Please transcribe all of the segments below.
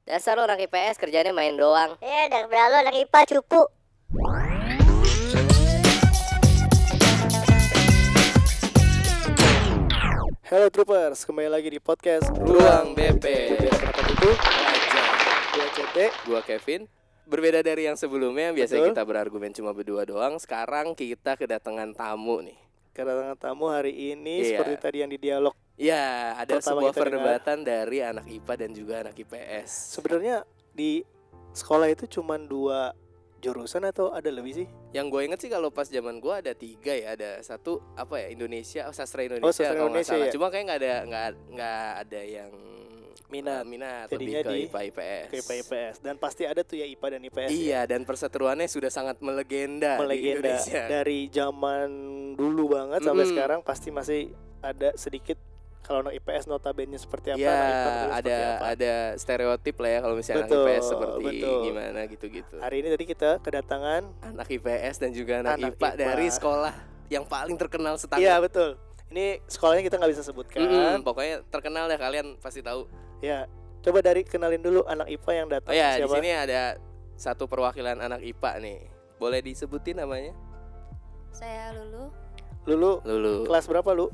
Dasar lo anak IPS kerjanya main doang. Daripada lo anak IPA cupu. Hello Troopers, kembali lagi di podcast Ruang BP. Berbeda pendapat itu Wajar. Gua CT. Gua Kevin. Berbeda dari yang sebelumnya, biasanya Betul. kita berargumen cuma berdua doang. Sekarang kita kedatangan tamu nih. Kedatangan tamu hari ini Iya. seperti tadi yang di dialog. Ya, ada Pertama sebuah kita dengar. perdebatan dari anak IPA dan juga anak IPS. Sebenarnya di sekolah itu cuma 2 jurusan atau ada lebih sih? Yang gue inget sih kalau pas zaman gue ada 3 ya. Ada satu apa ya, Indonesia, sastra Indonesia Sastra kalau nggak Indonesia, salah. ya. Cuma kayak nggak ada yang Minat. lebih Jadinya ke di IPA IPS. ke IPA IPS. Dan pasti ada tuh ya IPA dan IPS. Iya, dan perseteruannya sudah sangat melegenda, di Melegenda Indonesia. dari zaman dulu banget sampai Mm-mm. sekarang pasti masih ada sedikit. Kalau anak IPS notabene seperti apa, Ya, anak IPA notabene seperti apa. ada stereotip lah ya kalau misalnya Betul, anak IPS seperti betul. gimana gitu-gitu. Hari ini tadi kita kedatangan. Anak IPS dan juga anak Anak IPA IPA. dari sekolah yang paling terkenal Iya setangga. betul. Ini sekolahnya kita nggak bisa sebutkan. Pokoknya terkenal ya, kalian pasti tahu. Ya, coba dari kenalin dulu anak IPA yang datang. Oh ya, di siapa? sini ada satu perwakilan anak IPA nih. Boleh disebutin namanya? Saya Lulu, Lulu. Lulu. Kelas berapa lu?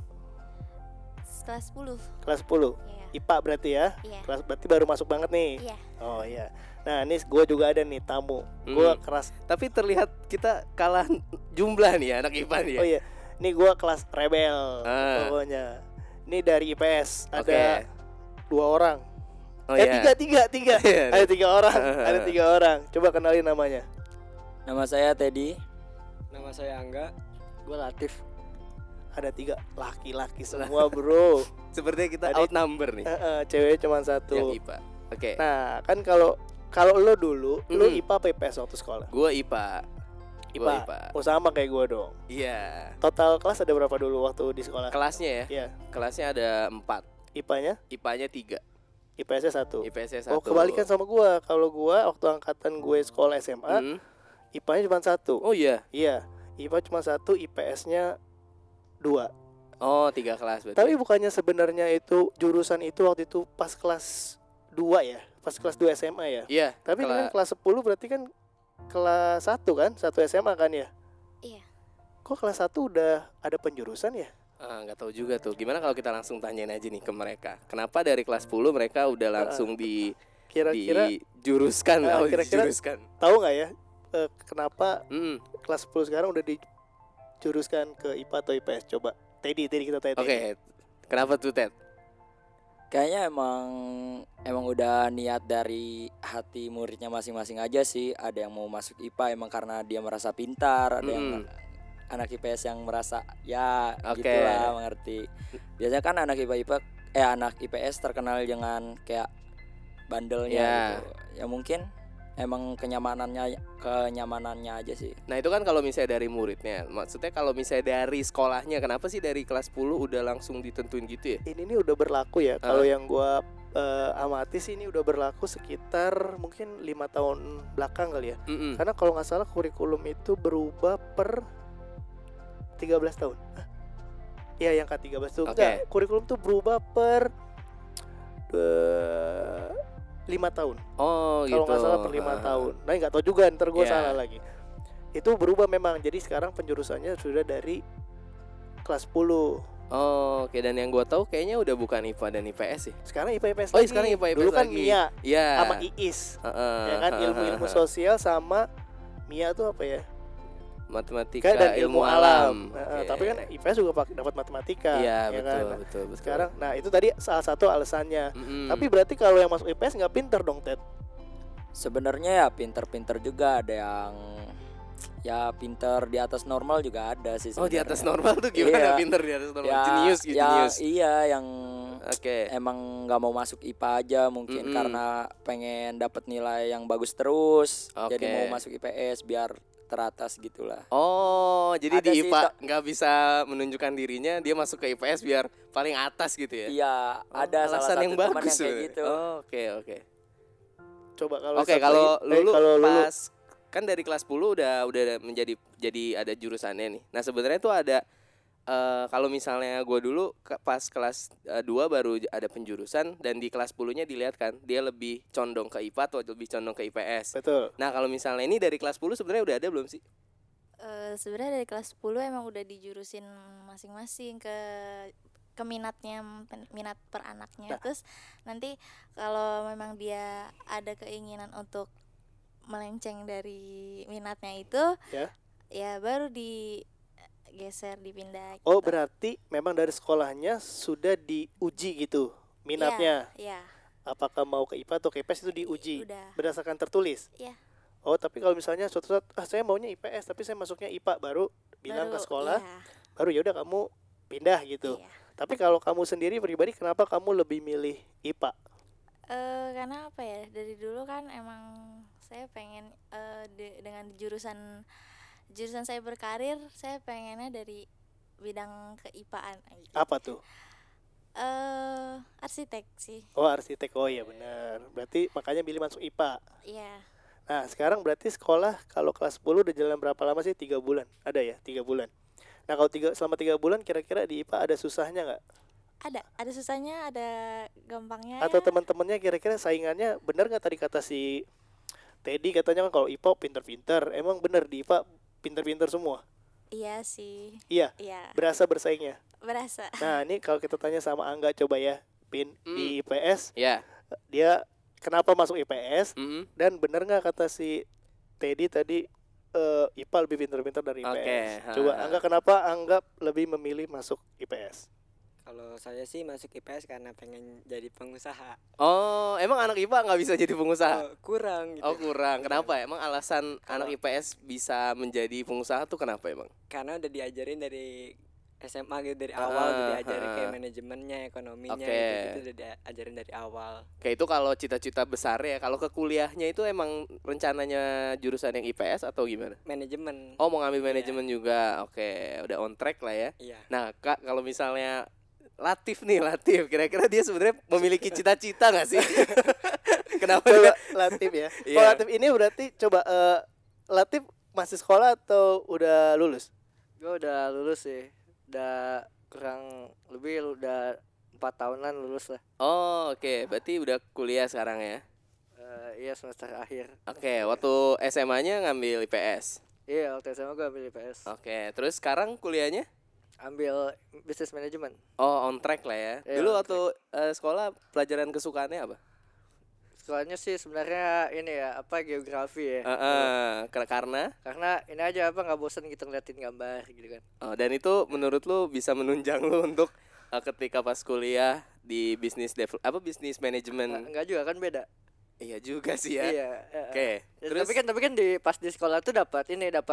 kelas 10. Kelas 10. Iya. IPA berarti ya. Iya. Kelas berarti baru masuk banget nih. Iya. Oh iya. Nah, ini gue juga ada nih tamu. Gue kelas. Tapi terlihat kita kalah jumlah nih ya, anak IPA nih ya. Oh iya. Ini gue kelas rebel. Ah. Pokoknya. Ini dari IPS ada Oke. 2 orang. Oh iya. Tiga. Iya. Ada 3 orang. Ada 3 orang. Coba kenalin namanya. Nama saya Teddy. Nama saya Angga. Gue Latif. Ada 3 laki-laki semua bro. Sepertinya kita Tadi- outnumber nih Cewek cuma yang 1. IPA. Oke. Nah, kan kalau lo dulu, lo Mm-mm. IPA apa IPS waktu sekolah? Gua IPA. Gua IPA. Oh, sama kayak gue dong. Iya. Total kelas ada berapa dulu waktu di sekolah? Kelasnya ya. Iya. Kelasnya ada 4. IPA-nya? IPA-nya 3. IPS-nya 1. IPS-nya 1. Oh, kebalikan sama gue. Kalau gue waktu angkatan gue sekolah SMA, IPA-nya cuma 1. Oh iya. Iya, IPA cuma 1, IPS-nya 2. Oh, 3 kelas berarti. Tapi bukannya sebenarnya itu jurusan itu waktu itu pas kelas 2 ya? Pas kelas 2 SMA ya? Iya. Tapi dengan kelas 10 berarti kan kelas 1 kan? 1 SMA kan ya? Iya. Kok kelas 1 udah ada penjurusan ya? nggak tahu juga tuh. Gimana kalau kita langsung tanyain aja nih ke mereka. Kenapa dari kelas 10 mereka udah langsung Kira-kira dijuruskan? kira-kira dijuruskan. tahu nggak ya kenapa Mm. kelas 10 sekarang udah dijuruskan ke IPA atau IPS? Coba Teddy kita tanya. Oke. Kenapa tuh, Ted? Kayaknya emang udah niat dari hati muridnya masing-masing aja sih. Ada yang mau masuk IPA emang karena dia merasa pintar, ada yang anak IPS yang merasa ya Oke. gitulah, mengerti. Biasanya kan anak anak IPS terkenal dengan kayak bandelnya Ya. gitu. Ya mungkin emang kenyamanannya aja sih. Nah, itu kan kalau misalnya dari muridnya. Maksudnya kalau misalnya dari sekolahnya, kenapa sih dari kelas 10 udah langsung ditentuin gitu ya? Ini udah berlaku ya. Kalau yang gua amati sih ini udah berlaku sekitar mungkin 5 tahun belakang kali ya. Mm-mm. Karena kalau nggak salah kurikulum itu berubah per 13 tahun. Iya, yang ke-13 tuh. Oke. Enggak, kurikulum tuh berubah per 5 tahun. Oh, gitu. Kalau nggak salah per 5 tahun. Nah, nggak tahu juga, ntar gue Iya. salah lagi. Itu berubah memang. Jadi sekarang penjurusannya sudah dari kelas 10. Oh, oke. Dan yang gua tahu kayaknya udah bukan IPA dan IPS sih. Sekarang IPA IPS Oh, lagi. sekarang IPA IPS Dulu kan lagi. MIA Iya. sama IIS. Ya kan, ilmu-ilmu sosial sama MIA tuh apa ya? Matematika, Dan ilmu alam. Oke. Tapi kan IPS juga dapat matematika. Iya, ya betul, kan? betul. Sekarang, nah itu tadi salah satu alasannya. Mm-mm. Tapi berarti kalau yang masuk IPS nggak pinter dong, Ted? Sebenarnya ya pinter-pinter juga, ada yang ya pinter di atas normal juga ada sih Oh, di sebenarnya. atas normal tuh gimana? Iya. Pinter di atas normal. Ya, Jenius gitu, ya, jenius. iya yang Oke. emang nggak mau masuk IPA aja mungkin Mm-mm. karena pengen dapat nilai yang bagus terus, Oke. jadi mau masuk IPS biar teratas gitulah. Oh, jadi Ada di sih, IPA nggak bisa menunjukkan dirinya, dia masuk ke IPS biar paling atas gitu ya? Iya, ada salah Alasan satu yang teman bagus yang kayak tuh. gitu. Oh, oke. Coba kalau Oke, satu kalau lagi- Lulu kalau Lulu pas kan dari kelas 10 udah jadi ada jurusannya nih. Nah, sebenarnya tuh ada kalau misalnya gue dulu pas kelas 2 baru ada penjurusan dan di kelas 10-nya dilihat kan dia lebih condong ke IPA atau lebih condong ke IPS. Betul. Nah kalau misalnya ini dari kelas 10 sebenarnya udah ada belum sih? Sebenarnya dari kelas 10 emang udah dijurusin masing-masing ke minat per anaknya. Terus nanti kalau memang dia ada keinginan untuk melenceng dari minatnya itu, ya baru digeser, dipindah. Oh, berarti memang dari sekolahnya sudah diuji gitu minatnya. Iya. Apakah mau ke IPA atau ke IPS itu diuji Udah. berdasarkan tertulis. Iya. Oh, tapi kalau misalnya suatu saat saya maunya IPS tapi saya masuknya IPA, baru bilang ke sekolah, Iya. baru ya udah kamu pindah gitu. Iya. Tapi kalau kamu sendiri pribadi, kenapa kamu lebih milih IPA? Karena apa ya, dari dulu kan emang saya pengen dengan jurusan saya berkarir, saya pengennya dari bidang keIPA-an gitu. Apa tuh? Arsitek sih. Oh, arsitek. Oh iya benar. Berarti makanya milih masuk IPA. Iya. Nah, sekarang berarti sekolah kalau kelas 10 udah jalan berapa lama sih? 3 bulan. Ada ya? 3 bulan. Nah, kalau selama 3 bulan kira-kira di IPA ada susahnya nggak? Ada susahnya, ada gampangnya. Atau teman-temannya kira-kira saingannya benar nggak tadi kata si Teddy katanya kan kalau IPA pinter-pinter. Emang benar di IPA pinter-pinter semua? Iya sih. Iya. Iya. Berasa bersaingnya. Berasa. Nah, ini kalau kita tanya sama Angga coba ya, di IPS, Ya. dia kenapa masuk IPS? Mm-mm. Dan benar nggak kata si Teddy tadi IPA lebih pintar-pintar dari IPS? Oke, Coba ha. Angga kenapa Angga lebih memilih masuk IPS? Kalau saya sih masuk IPS karena pengen jadi pengusaha. Oh, emang anak IPA nggak bisa jadi pengusaha? Kurang gitu. Oh kurang. Kenapa? Emang alasan Kalau- anak IPS bisa menjadi pengusaha tuh kenapa emang? Karena udah diajarin dari SMA gitu, dari awal udah diajarin kayak manajemennya, ekonominya Oke. gitu udah diajarin dari awal. Kayak itu kalau cita-cita besar ya. Kalau ke kuliahnya itu emang rencananya jurusan yang IPS atau gimana? Manajemen. Oh mau ngambil manajemen juga. Oke, udah on track lah ya. Iya. Nah Kak, kalau misalnya Latif, kira-kira dia sebenarnya memiliki cita-cita nggak sih? Kenapa Coba dia? Latif ya. Iya. Kalau Latif ini berarti coba Latif masih sekolah atau udah lulus? Gue udah lulus sih, udah kurang lebih udah 4 tahunan lulus lah. Oh oke, berarti udah kuliah sekarang ya. Iya semester akhir. Oke, waktu SMA-nya ngambil IPS. Iya waktu SMA gue ambil IPS, Oke, terus sekarang kuliahnya? ambil business management. Oh, on track lah ya. Iya, Dulu on waktu sekolah pelajaran kesukaannya apa? Sekolahnya sih sebenarnya ini ya geografi ya. Karena Karena ini aja nggak bosan gitu ngeliatin gambar gitu kan. dan itu menurut lu bisa menunjang lu untuk ketika pas kuliah di bisnis bisnis manajemen. Enggak juga kan beda. Iya juga sih ya. Iya. Oke. Ya, Terus tapi kan pas di sekolah tuh dapat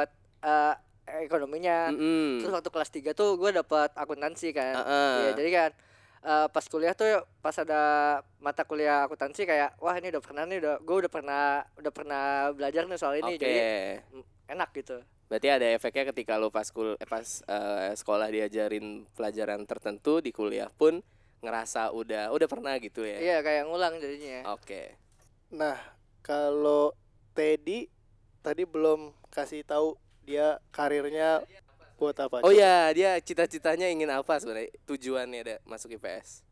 ekonominya. Terus waktu kelas 3 tuh gue dapat akuntansi kan. Iya, jadi kan pas kuliah tuh pas ada mata kuliah akuntansi kayak wah ini gue udah pernah belajar nih soal ini, Oke. jadi enak gitu. Berarti ada efeknya ketika lu pas sekolah diajarin pelajaran tertentu, di kuliah pun ngerasa udah pernah gitu ya. Iya, kayak ngulang jadinya. Oke. Nah, kalau Teddy tadi belum kasih tahu dia karirnya buat apa? Oh Coba. ya, dia cita-citanya ingin apa sebenarnya? Tujuannya ada masuk IPS.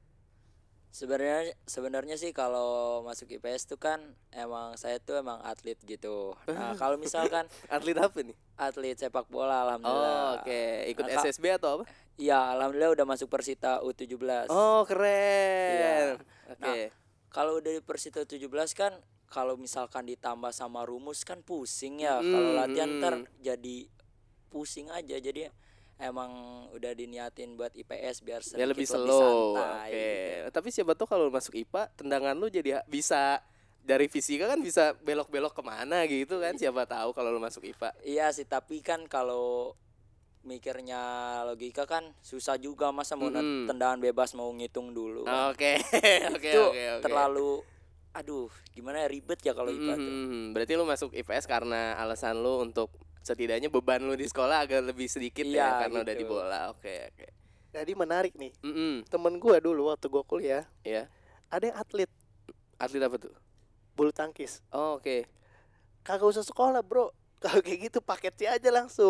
Sebenarnya sih kalau masuk IPS tuh kan emang saya tuh emang atlet gitu. Nah, kalau misalkan Atlet apa nih? atlet sepak bola alhamdulillah. Oh, oke. Ikut Nah, SSB atau apa? Iya, alhamdulillah udah masuk Persita U17. Oh, keren. Oke. Nah, kalau udah di Persita U17 kan kalau misalkan ditambah sama rumus kan pusing ya. Kalau latihan ntar jadi pusing aja. Jadi emang udah diniatin buat IPS biar Ya sedikit lebih lebih slow. santai Oke. gitu. Tapi siapa tuh kalau masuk IPA tendangan lu jadi bisa dari fisika kan bisa belok-belok kemana gitu kan? Siapa tahu kalau lu masuk IPA. Iya sih, tapi kan kalau mikirnya logika kan susah juga, masa mau tendangan bebas mau ngitung dulu kan. Oke. Oke, Itu oke. terlalu aduh gimana ya, ribet ya kalau IPA tuh. Berarti lu masuk IPS karena alasan lu untuk setidaknya beban lu di sekolah agak lebih sedikit ya Iya, karena udah gitu. di bola. Oke. Jadi menarik nih. Mm-mm. Temen gue dulu waktu gue kuliah Iya. ada yang atlet Atlet apa tuh? bulu tangkis. Oh, oke. Kagak usah sekolah bro. Kalau kayak gitu paket C aja langsung.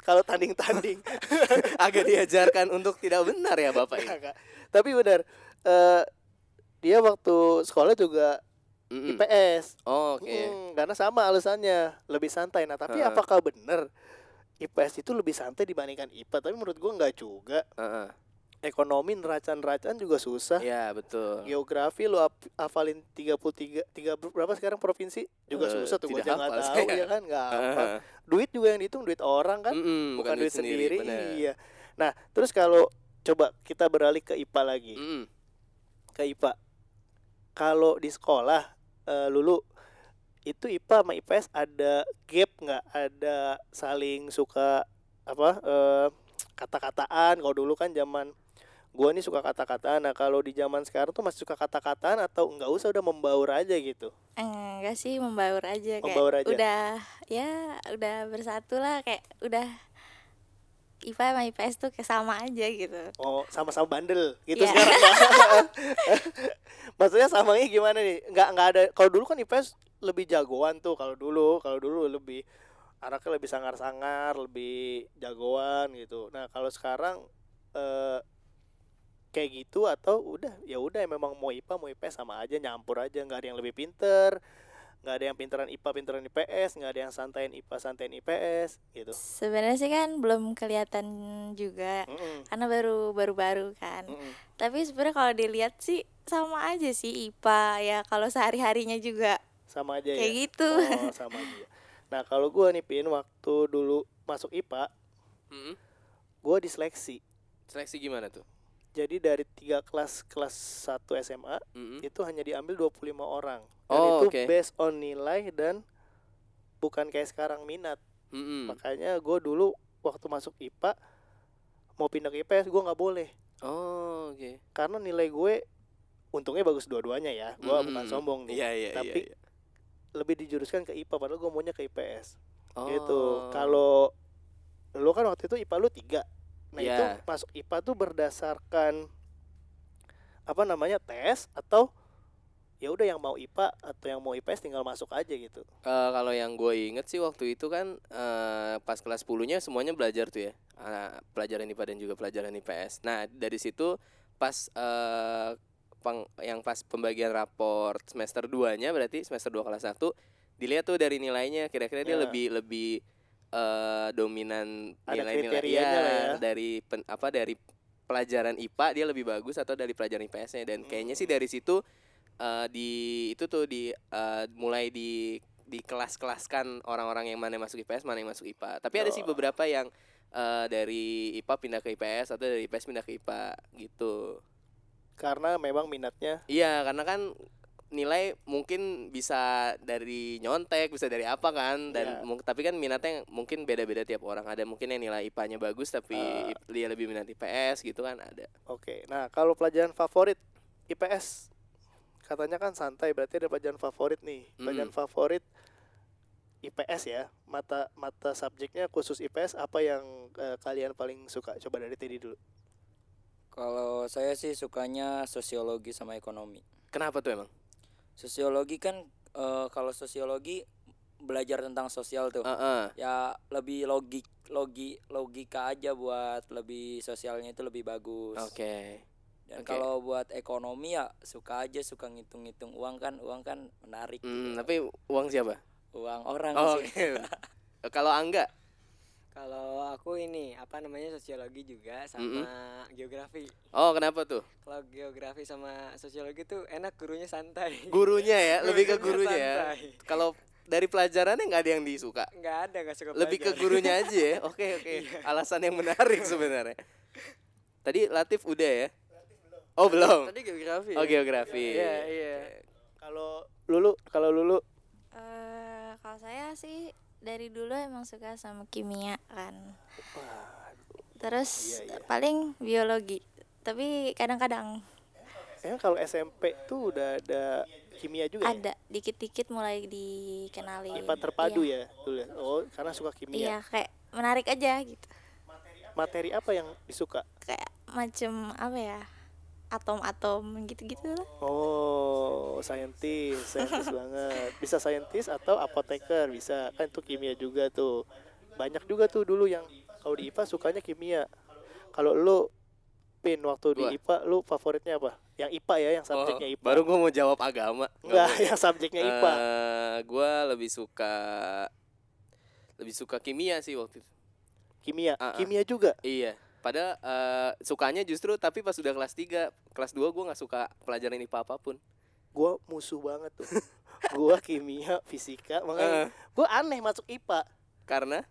kalau tanding-tanding. Agak diajarkan untuk tidak benar ya Bapak ini. Enggak. Tapi benar. Dia waktu sekolah juga IPS. Oh, oke. Karena sama alasannya, lebih santai. Nah, tapi apakah benar IPS itu lebih santai dibandingkan IPA? Tapi menurut gua enggak juga. Ekonomi neraca-neracaan juga susah. Ya, betul. Geografi lu hafalin 33 berapa sekarang provinsi juga susah tuh, gua aja enggak tahu ya kan, enggak hafal. Duit juga yang dihitung duit orang kan, bukan duit sendiri. Iya. Nah, terus kalau coba kita beralih ke IPA lagi. Ke IPA. Kalau di sekolah Lulu itu IPA sama IPS ada gap nggak? Ada saling suka kata-kataan? Kalau dulu kan zaman gua nih suka kata-kataan. Nah, kalau di zaman sekarang tuh masih suka kata-kataan atau enggak usah udah membaur aja gitu? Enggak sih, membaur aja, Membaur kayak aja. udah bersatu lah, kayak udah IPA sama IPS tuh kayak sama aja gitu. Oh, sama-sama bandel gitu Iya. sekarang. Maksudnya samanya gimana nih? Enggak ada. Kalau dulu kan IPS lebih jagoan tuh, kalau dulu lebih anaknya lebih sangar-sangar, lebih jagoan gitu. Nah, kalau sekarang kayak gitu atau udah memang mau IPA mau IPS sama aja, nyampur aja, nggak ada yang lebih pinter, nggak ada yang pinteran IPA pinteran IPS, nggak ada yang santain IPA santain IPS gitu. Sebenarnya sih kan belum kelihatan juga, karena baru kan. Tapi sebenarnya kalau dilihat sih sama aja sih IPA ya, kalau sehari-harinya juga Sama aja kayak ya. gitu. Oh, sama aja. Nah, kalau gua nih Pin, waktu dulu masuk IPA, gua diseleksi. Seleksi gimana tuh? Jadi dari 3 kelas 1 SMA itu hanya diambil 25 orang. Dan Oh, itu oke. based on nilai dan bukan kayak sekarang minat. Makanya gue dulu waktu masuk IPA mau pindah ke IPS gue nggak boleh. Oh, oke. Karena nilai gue untungnya bagus dua-duanya ya. Gue bukan sombong nih. Iya. Tapi lebih dijuruskan ke IPA padahal gue maunya ke IPS. Oh. Gitu. Kalau lu kan waktu itu IPA lu 3. Nah, Iya. itu masuk IPA tuh berdasarkan tes atau ya udah yang mau IPA atau yang mau IPS tinggal masuk aja gitu. Kalau yang gue inget sih waktu itu kan pas kelas 10-nya semuanya belajar tuh ya, pelajaran IPA dan juga pelajaran IPS. Nah dari situ pas yang pas pembagian raport semester 2-nya, berarti semester 2 kelas 1, dilihat tuh dari nilainya kira-kira dia Ya. lebih dominan Ada nilai-nilai kriterianya lah ya. dari dari pelajaran IPA dia lebih bagus atau dari pelajaran IPS-nya. Dan kayaknya sih dari situ mulai di kelas-kelaskan orang-orang yang mana yang masuk IPS, mana yang masuk IPA. Tapi ada sih beberapa yang dari IPA pindah ke IPS atau dari IPS pindah ke IPA gitu. Karena memang minatnya. Iya, karena kan nilai mungkin bisa dari nyontek, bisa dari apa kan, dan tapi kan minatnya mungkin beda-beda tiap orang. Ada mungkin yang nilai IPA-nya bagus tapi dia lebih minat IPS gitu kan, ada. Oke. Nah, kalau pelajaran favorit IPS katanya kan santai, berarti ada pelajaran favorit nih. Pelajaran favorit IPS ya. Mata subjeknya khusus IPS apa yang kalian paling suka? Coba dari Teddy dulu. Kalau saya sih sukanya sosiologi sama ekonomi. Kenapa tuh emang? Sosiologi kan kalau sosiologi belajar tentang sosial tuh. Ya lebih logika aja, buat lebih sosialnya itu lebih bagus. Oke. Dan kalau buat ekonomi ya suka ngitung-ngitung uang kan menarik. Tapi uang siapa? Uang orang sih. Oke. Kalau Angga? Kalau aku ini sosiologi juga sama geografi. Oh, kenapa tuh? Kalau geografi sama sosiologi tuh enak, gurunya santai. Gurunya ya, lebih ke gurunya ya. Santai. Kalau dari pelajarannya nggak ada yang disuka. Nggak suka Lebih ke belajar. gurunya aja ya. Oke. Alasan yang menarik sebenarnya. Tadi Latif udah ya? Oh, belum. Tadi geografi. Oh, geografi. Iya. Kalau Lulu Kalau saya sih dari dulu emang suka sama kimia kan. Terus paling biologi. Tapi kadang-kadang kalau SMP tuh udah ada kimia juga. ada dikit-dikit mulai dikenalin. IPA terpadu ya dulu. Oh, karena suka kimia. Iya, kayak menarik aja gitu. Materi apa yang disuka? Kayak macem atom-atom gitu-gitu lah. Oh, saintis banget. Bisa saintis atau apoteker bisa, kan itu kimia juga tuh. Banyak juga tuh dulu yang Kalau di IPA sukanya kimia. Kalau lu Pin waktu di IPA lu favoritnya apa? Yang IPA ya, yang subjeknya IPA. Baru gue mau jawab agama. Enggak, yang subjeknya IPA. Gue lebih suka kimia sih waktu itu. Kimia, kimia juga. Iya. Padahal sukanya justru tapi pas udah kelas 3, kelas 2 gue nggak suka pelajaran IPA apapun. Gue musuh banget tuh. Gue kimia, fisika, makanya gue aneh masuk IPA. Karena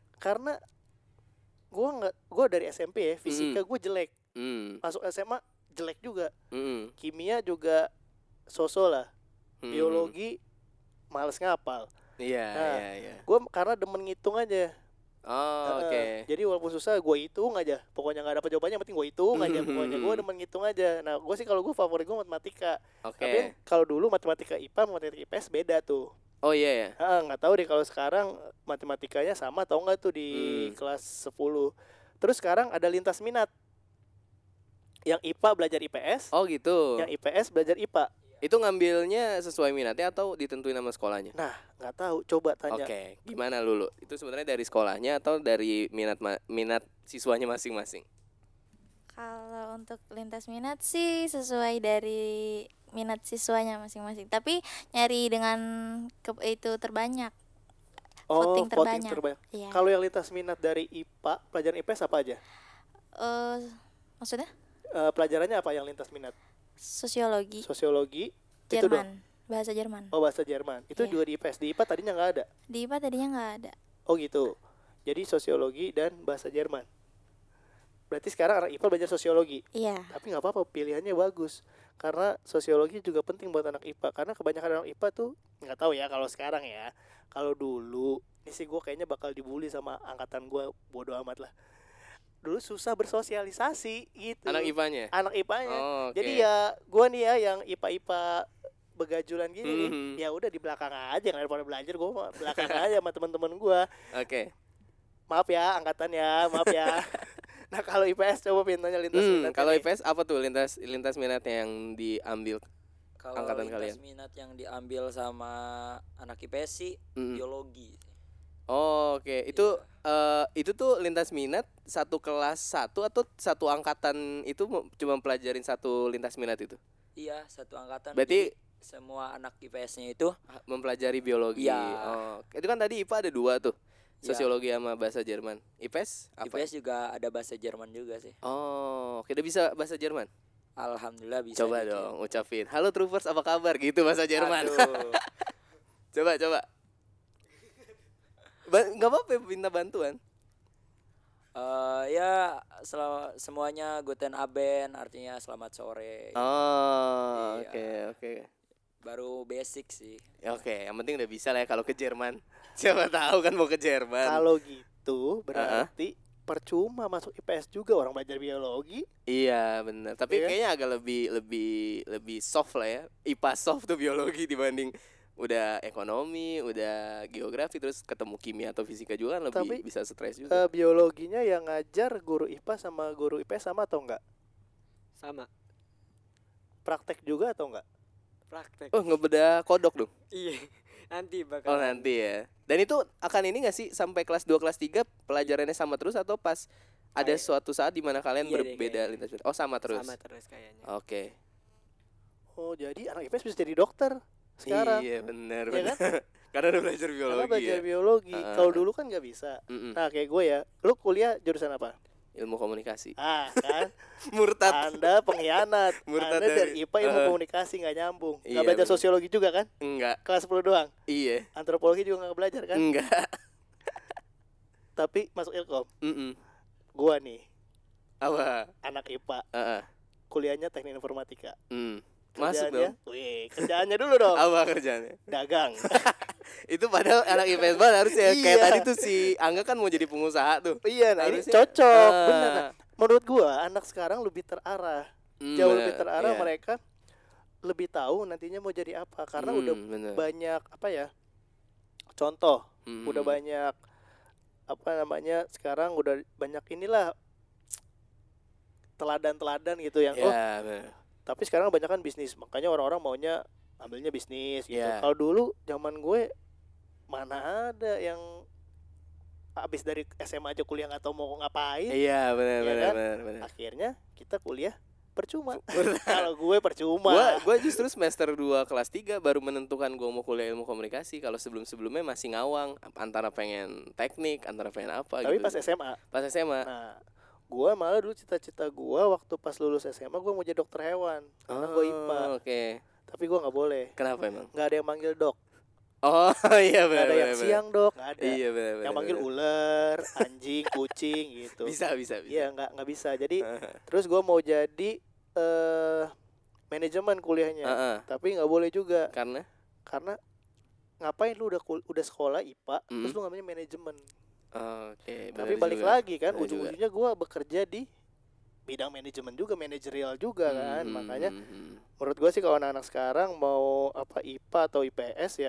gue dari SMP ya, fisika gue jelek. Masuk SMA jelek juga. Kimia juga so-so lah. Biologi males ngapal. Iya. Gue karena demen ngitung aja. Oke. Jadi walaupun susah gue hitung aja. Pokoknya nggak dapat jawabannya, yang penting gue hitung aja. Pokoknya gue demen ngitung aja. Nah gue sih kalau gue favorit gue matematika. Tapi kalau dulu matematika IPA, matematika IPS beda tuh. Oh iya ya. Nggak tahu deh kalau sekarang matematikanya sama atau enggak tuh di kelas 10. Terus sekarang ada lintas minat. Yang IPA belajar IPS. Oh gitu. Yang IPS belajar IPA. Itu ngambilnya sesuai minatnya atau ditentuin nama sekolahnya? Nah, nggak tahu. Coba tanya. Oke, gimana Lulu? Itu sebenarnya dari sekolahnya atau dari minat siswanya masing-masing? Kalau untuk lintas minat sih sesuai dari minat siswanya masing-masing. Tapi nyari dengan itu terbanyak. Voting terbanyak. Iya. Kalau yang lintas minat dari IPA, pelajaran IPS apa aja? Maksudnya? Pelajarannya apa yang lintas minat? Sosiologi. Itu dong. Bahasa Jerman. Oh, bahasa Jerman. Itu juga di IPS. Di IPA tadinya nggak ada. Di IPA tadinya nggak ada. Oh gitu. Jadi sosiologi dan bahasa Jerman. Berarti sekarang anak IPA belajar sosiologi. Iya. Tapi nggak apa-apa, pilihannya bagus. Karena sosiologi juga penting buat anak IPA. Karena kebanyakan anak IPA tuh nggak tahu ya kalau sekarang ya. Kalau dulu, ini sih gue kayaknya bakal dibully sama angkatan gue, bodo amat lah. Dulu susah bersosialisasi gitu. Anak IPA-nya? Anak IPA-nya. Oh, okay. Jadi ya gue nih ya yang IPA begajulan gini nih, ya udah di belakang aja, nggak ada pada belajar, gue belakang aja sama teman-teman gue. Oke. Maaf ya angkatan ya, maaf ya. Nah kalau IPS coba pintanya lintas minat. Kalau IPS apa tuh lintas minatnya yang diambil angkatan kalian? Kalau lintas minat yang diambil sama anak IPS sih biologi. Oh, oke. Itu tuh lintas minat satu kelas satu atau satu angkatan itu cuma pelajarin satu lintas minat itu? Iya, satu angkatan. Berarti semua anak IPS-nya itu mempelajari biologi. Iya. Oh, itu kan tadi IPA ada 2 tuh. Sosiologi sama bahasa Jerman. IPS apa? IPS juga ada bahasa Jerman juga sih. Oh, kita bisa bahasa Jerman. Alhamdulillah bisa. Coba dong ucapin. Halo Troopers, apa kabar? Gitu bahasa Jerman. coba. Gak apa-apa minta bantuan. Ya semuanya Guten Abend artinya selamat sore. Oh, iya. Oke. Baru basic sih. Oke, yang penting udah bisa lah ya kalau ke Jerman. Siapa tahu kan mau ke Jerman. Kalau gitu berarti percuma masuk IPS juga, orang belajar biologi. Iya benar. Tapi kayaknya agak lebih soft lah ya. IPA soft tuh biologi dibanding udah ekonomi, udah geografi, terus ketemu kimia atau fisika juga kan lebih bisa stres juga. Biologinya yang ngajar guru IPA sama guru IPS sama atau enggak? Sama. Praktek juga atau enggak? Praktek. Oh, ngebedah kodok dong. Iya. Nanti bakal. Oh, nanti ya. Dan itu akan ini enggak sih sampai kelas 2 kelas 3 pelajarannya sama terus atau pas ada suatu saat di mana kalian berbeda lintas minat? Oh, sama terus. Sama terus kayaknya. Oke. Oh, jadi anak IPS bisa jadi dokter sekarang. Iya benar. Ya kan? Karena udah belajar biologi. Karena belajar biologi. Kalau dulu kan nggak bisa. Nah kayak gue ya, lu kuliah jurusan apa? Ilmu komunikasi. Kan? Murtad. Anda pengkhianat. Murtad Anda dari IPA ilmu komunikasi nggak nyambung. Nggak Iya, belajar bener. sosiologi juga kan? Enggak. Kelas 10 doang. Iya. Antropologi juga nggak belajar kan? Enggak. Tapi masuk Ilkom. Gua nih. Apa? Anak IPA. Heeh. Kuliahnya teknik informatika. Masuk dong. Wih, kerjaannya dulu dong. Apa kerjaannya? Dagang. Itu padahal anak IPS banget harusnya. Iya. Kayak tadi tuh si Angga kan mau jadi pengusaha tuh. Iya, nah ini Harusnya- cocok, bener. Nah, menurut gua anak sekarang lebih terarah, jauh lebih terarah. iya. Mereka lebih tahu nantinya mau jadi apa karena udah bener. banyak apa ya, contoh, Hmm. udah banyak apa namanya, sekarang udah banyak inilah teladan-teladan gitu yang Ya, bener. tapi sekarang kebanyakan bisnis, makanya orang-orang maunya ambilnya bisnis gitu. Iya. Kalau dulu zaman gue mana ada yang abis dari SMA aja kuliah nggak tahu mau ngapain. Iya benar ya benar kan? benar. Akhirnya kita kuliah percuma. Kalau gue percuma. Gue justru semester 2 kelas 3 baru menentukan gue mau kuliah ilmu komunikasi. Kalau sebelum-sebelumnya masih ngawang antara pengen teknik, antara pengen apa. Tapi gitu. pas SMA. Pas SMA. Nah, gue malah dulu cita-cita gue waktu pas lulus SMA gue mau jadi dokter hewan. Karena gue IPA. Oke. Tapi gue nggak boleh. Kenapa emang? Nggak ada yang manggil dok. Oh iya Nggak benar. ada yang siang dok. Nggak ada. Iya benar. Yang manggil ular, anjing, kucing gitu. Bisa. Iya nggak bisa. Jadi terus gue mau jadi manajemen kuliahnya. Tapi nggak boleh juga. Karena Ngapain lu udah sekolah IPA terus lu ngambilnya manajemen. Oke. Tapi balik lagi kan ujung-ujungnya gue bekerja di bidang manajemen juga, manajerial juga kan. Makanya menurut gue sih kalau anak-anak sekarang mau apa IPA atau IPS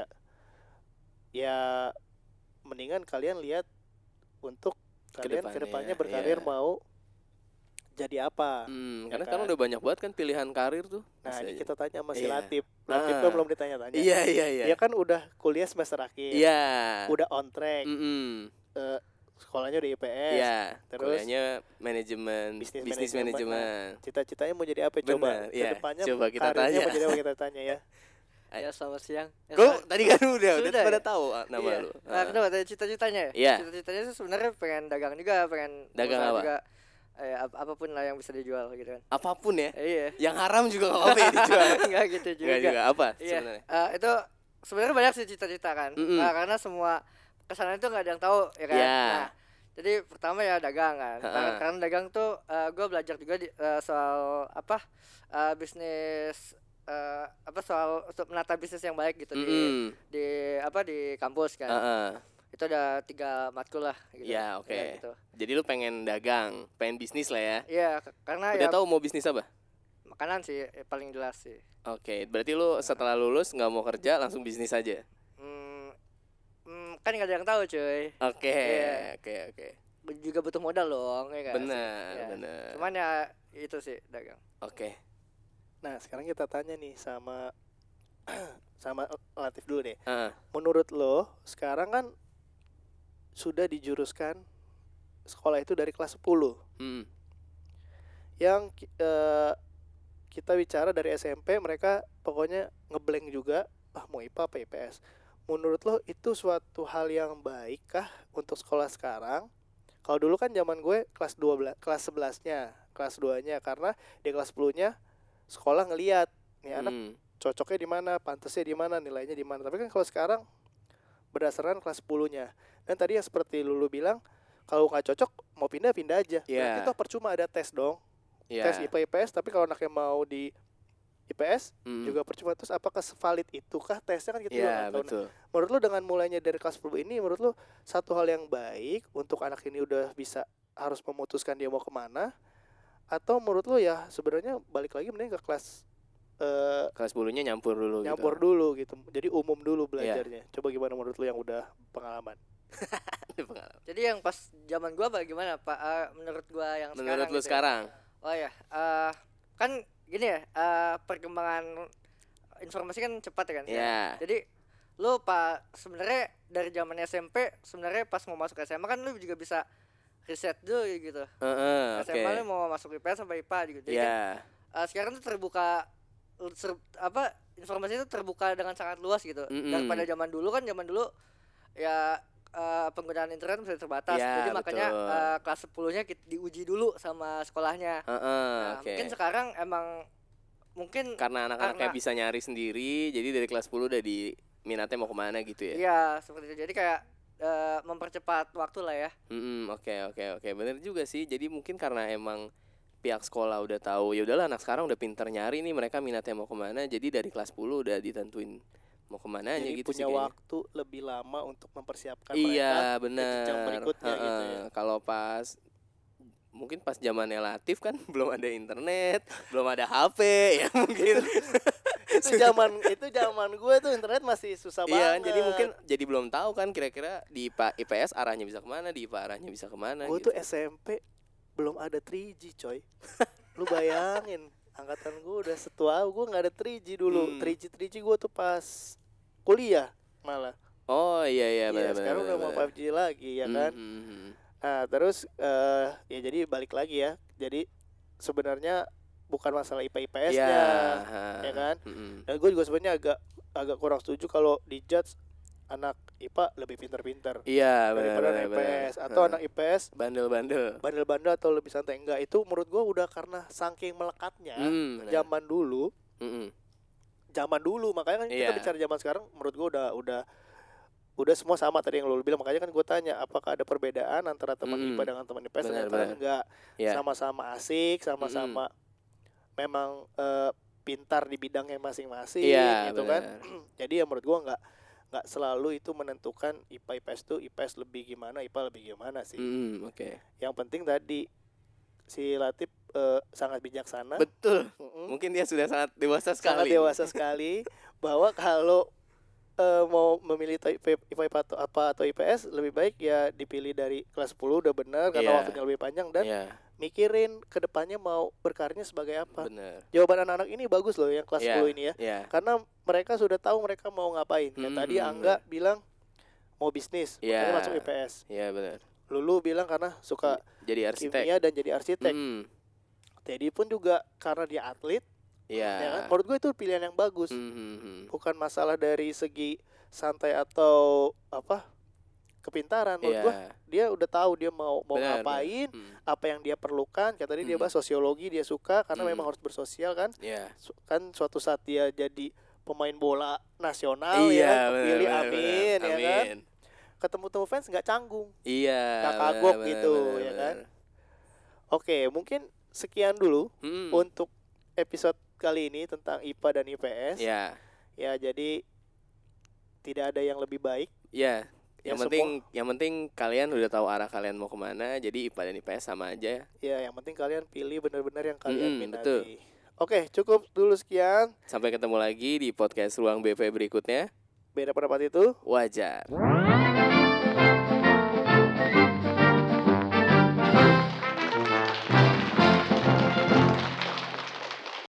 ya mendingan kalian lihat untuk kalian kedepannya berkarir mau jadi apa. Karena kan udah banyak banget kan pilihan karir tuh. Nah ini kita tanya sama si Iya. Latif kan belum ditanya-tanya. Iya. Dia kan udah kuliah semester akhir. Iya. Udah on track. Sekolahnya udah IPS. Iya. Terus kuliahnya manajemen, bisnis manajemen. Cita-citanya mau jadi apa coba? Bener, iya. Kedepannya Coba kita karirnya tanya. mau jadi apa kita tanya ya. Ya selamat siang. Kok tadi kan udah Sudah pada ya? tahu nama Iya. lu. Nah, kenapa tadi cita-citanya ya? Iya. Cita-citanya sih sebenarnya pengen dagang juga, pengen Dagang usaha apa? juga. Apapun lah yang bisa dijual gitu kan. Apapun ya. Iya. Yang haram juga enggak apa-apa ya dijual. Enggak gitu juga. Enggak juga apa Iya. sebenarnya? Itu sebenarnya banyak sih cita-cita kan. Karena semua kesana itu nggak ada yang tahu ya kan. Iya. Nah, jadi pertama ya dagang kan. Karena dagang tuh gue belajar juga soal bisnis soal untuk menata bisnis yang baik gitu di kampus kan. Itu ada 3 matkul lah gitu. Iya, oke. Ya, gitu. Jadi lu pengen dagang, pengen bisnis lah ya. Iya, karena Udah ya tahu mau bisnis apa? makanan sih paling jelas sih. Oke, berarti lu setelah lulus nggak mau kerja langsung bisnis aja. Kan nggak ada yang tahu cuy. Oke. Juga butuh modal dong ya kan. Benar, Ya. benar. Cuman ya itu sih dagang. Oke. Nah sekarang kita tanya nih sama Latif dulu deh. Heeh. Menurut lo sekarang kan sudah dijuruskan sekolah itu dari kelas 10 yang kita bicara dari SMP mereka pokoknya ngeblank juga mau IPA apa IPS. Menurut lo itu suatu hal yang baik kah untuk sekolah sekarang? Kalau dulu kan zaman gue kelas 12, kelas 11-nya, kelas 2-nya karena di kelas 10-nya sekolah ngelihat nih anak cocoknya di mana, pantasnya di mana, nilainya di mana. Tapi kan kalau sekarang berdasarkan kelas 10-nya. Dan tadi yang seperti Lulu bilang, kalau nggak cocok mau pindah aja. Berarti toh percuma ada tes dong. Tes IPA IPS, tapi kalau anaknya mau di IPS juga percuma. Terus apakah sevalid itukah tesnya kan kita juga nggak tahu. Betul. Menurut lu dengan mulainya dari kelas 10 ini, menurut lu satu hal yang baik untuk anak ini udah bisa harus memutuskan dia mau kemana? Atau menurut lu ya sebenarnya balik lagi mending ke kelas Kelas 10-nya nyampur dulu dulu gitu. Jadi umum dulu belajarnya. Coba gimana menurut lu yang udah pengalaman? Jadi yang pas zaman gua bagaimana Pak? Menurut gua yang Menurut sekarang lu gitu sekarang? Ya. Oh ya, kan gini ya, perkembangan informasi kan cepat ya kan. Iya. Jadi lu sebenarnya dari zaman SMP sebenarnya pas mau masuk SMA kan lu juga bisa riset dulu gitu. SMA lu mau masuk IPS sampai IPA gitu. Jadi kan, sekarang tuh terbuka informasi itu terbuka dengan sangat luas gitu. Dan pada zaman dulu ya penggunaan internet masih terbatas. Jadi makanya kelas 10-nya diuji dulu sama sekolahnya. Mungkin sekarang emang karena anak-anaknya bisa nyari sendiri, jadi dari kelas 10 udah di minatnya mau kemana gitu ya. Iya, seperti itu. Jadi kayak mempercepat waktu lah ya. Oke. Bener juga sih. Jadi mungkin karena emang pihak sekolah udah tahu, ya udahlah anak sekarang udah pinter nyari nih mereka minatnya mau kemana, jadi dari kelas 10 udah ditentuin mau kemana aja gitu punya sih waktu lebih lama untuk mempersiapkan iya, mereka bener. ke jenjang berikutnya gitu ya. Kalau mungkin pas zamannya Latif kan belum ada internet, belum ada HP ya mungkin. itu zaman gue tuh internet masih susah banget. Iya, jadi mungkin jadi belum tahu kan kira-kira di IPS arahnya bisa kemana, di IPA arahnya bisa kemana. Gue gitu. tuh SMP belum ada 3G coy. Lu bayangin angkatan gue udah setua gue nggak ada 3G dulu. 3G gue tuh pas kuliah malah Oh iya Iya, sekarang udah mau 5G lagi ya kan. Nah terus ya jadi balik lagi ya. Jadi sebenarnya bukan masalah IPA IPS-nya, ya kan. Dan gue juga sebenarnya agak kurang setuju kalau dijudge anak IPA lebih pintar-pintar daripada anak IPS atau anak IPS bandel-bandel atau lebih santai. Enggak, itu menurut gue udah karena saking melekatnya zaman dulu. Zaman dulu, makanya kan kita bicara zaman sekarang menurut gue udah semua sama tadi yang lo bilang. Makanya kan gue tanya apakah ada perbedaan antara teman IPA dengan teman IPS. Ternyata enggak, sama-sama asik, sama-sama memang pintar di bidangnya masing-masing gitu kan. Jadi ya menurut gue nggak selalu itu menentukan IPA IPS tuh IPS lebih gimana, IPA lebih gimana sih. Yang penting tadi si Latif sangat bijaksana. Betul. Mungkin dia sudah sangat dewasa sekali bahwa kalau mau memilih IPA atau IPS lebih baik ya dipilih dari kelas 10 udah benar karena waktunya lebih panjang dan mikirin kedepannya mau berkarirnya sebagai apa. Jawaban anak-anak ini bagus loh yang kelas 10 ini ya. Karena mereka sudah tahu mereka mau ngapain. Kayak tadi Angga bilang mau bisnis, makanya masuk IPS. Iya benar. Lulu bilang karena suka jadi arsitek. Kimia dan jadi arsitek. Teddy pun juga karena dia atlet. Ya kan? Menurut gue itu pilihan yang bagus. Bukan masalah dari segi santai atau kepintaran. Menurut gue dia udah tahu dia mau ngapain, apa yang dia perlukan. Kayak tadi dia bahas sosiologi, dia suka karena memang harus bersosial kan. Kan suatu saat dia jadi pemain bola nasional kepilih, amin ya kan. Ketemu fans nggak canggung, nggak kagok gitu ya kan. Oke, mungkin sekian dulu untuk episode kali ini tentang IPA dan IPS. Ya jadi tidak ada yang lebih baik. Yang penting kalian udah tahu arah kalian mau kemana. Jadi IPA dan IPS sama aja. Ya, yang penting kalian pilih benar-benar yang kalian minati. Betul. Oke, cukup dulu sekian. Sampai ketemu lagi di podcast Ruang BP berikutnya. Beda pendapat itu wajar.